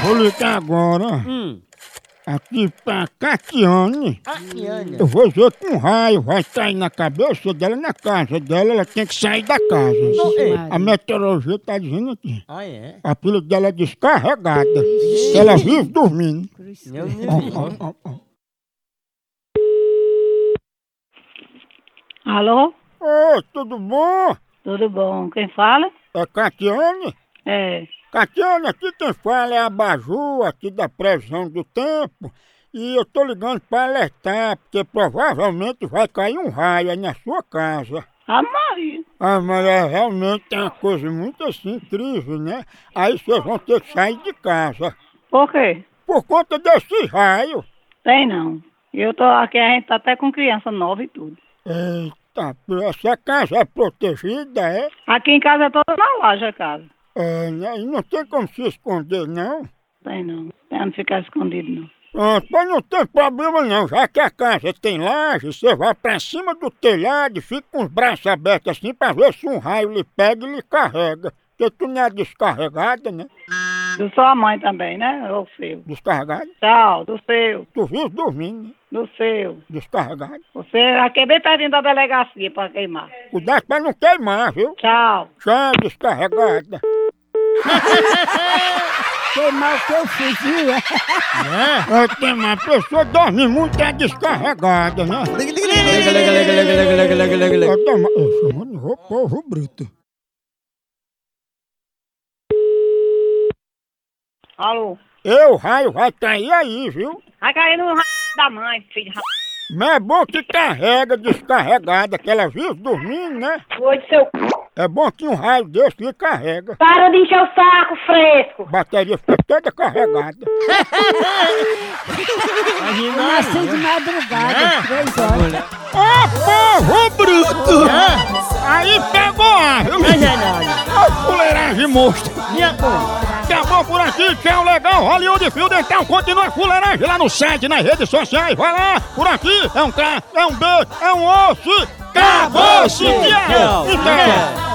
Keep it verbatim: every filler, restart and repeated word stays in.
vou ligar agora. Hum. Aqui pra Catiane. Catiane. Eu vou ver que um raio vai cair na cabeça dela, na casa dela, ela tem que sair da casa. Ei. A meteorologia tá dizendo aqui. Ah, é? A pilha dela é descarregada. Ela vive dormindo. Eu nem Ó, vi. ó, ó, ó. Alô? Ô, tudo bom? Tudo bom? Quem fala? É Catiane? É. Catiane, aqui quem fala é a Baju, aqui da previsão do tempo. E eu tô ligando pra alertar, porque provavelmente vai cair um raio aí na sua casa. A Maria. Ah, mas é realmente é uma coisa muito assim, incrível, né? Aí vocês vão ter que sair de casa. Por quê? Por conta desse raio. Tem não. Eu tô aqui, a gente tá até com criança nova e tudo. Eita, essa casa é protegida, é? Aqui em casa é toda na loja a casa. É, né? E não tem como se esconder, não. Tem não. Tem onde ficar escondido não. Pronto, mas não tem problema não, já que a casa tem laje, você vai pra cima do telhado e fica com os braços abertos assim pra ver se um raio lhe pega e lhe carrega. Porque tu não é descarregada, né? Do sua mãe também, né? Ou seu. Descarregada? Tchau, do seu. Tu vive dormindo, né? Do seu. Descarregada. Você aqui é bem pertinho da delegacia pra queimar. Cuidado pra não queimar, viu? Tchau. Tchau, descarregada. Queimar o que eu fiz, viu? É, tem uma pessoa dorme muito é descarregada, né? Eu tô- eu chamando o povo bruto. Alô? Eu, raio, vai cair aí, viu? Vai cair no r... da mãe, filho. Mas é bom que carrega descarregada, que ela vive dormindo, né? Oi, do seu... É bom que um raio desse lhe carrega. Para de encher o saco, fresco. A bateria fica toda carregada. Eu nasci de madrugada, três horas. Ô, povo bruto! Aí pegou a... Ô, fuleiragem monstro! Minha coisa. Acabou por aqui, tchau, legal, Hollywood Fio Dental, continua a fuleiragem lá no site, nas redes sociais, vai lá, por aqui, é um K, é um B, é um osso, acabou-se, tchau! Tchau. Tchau.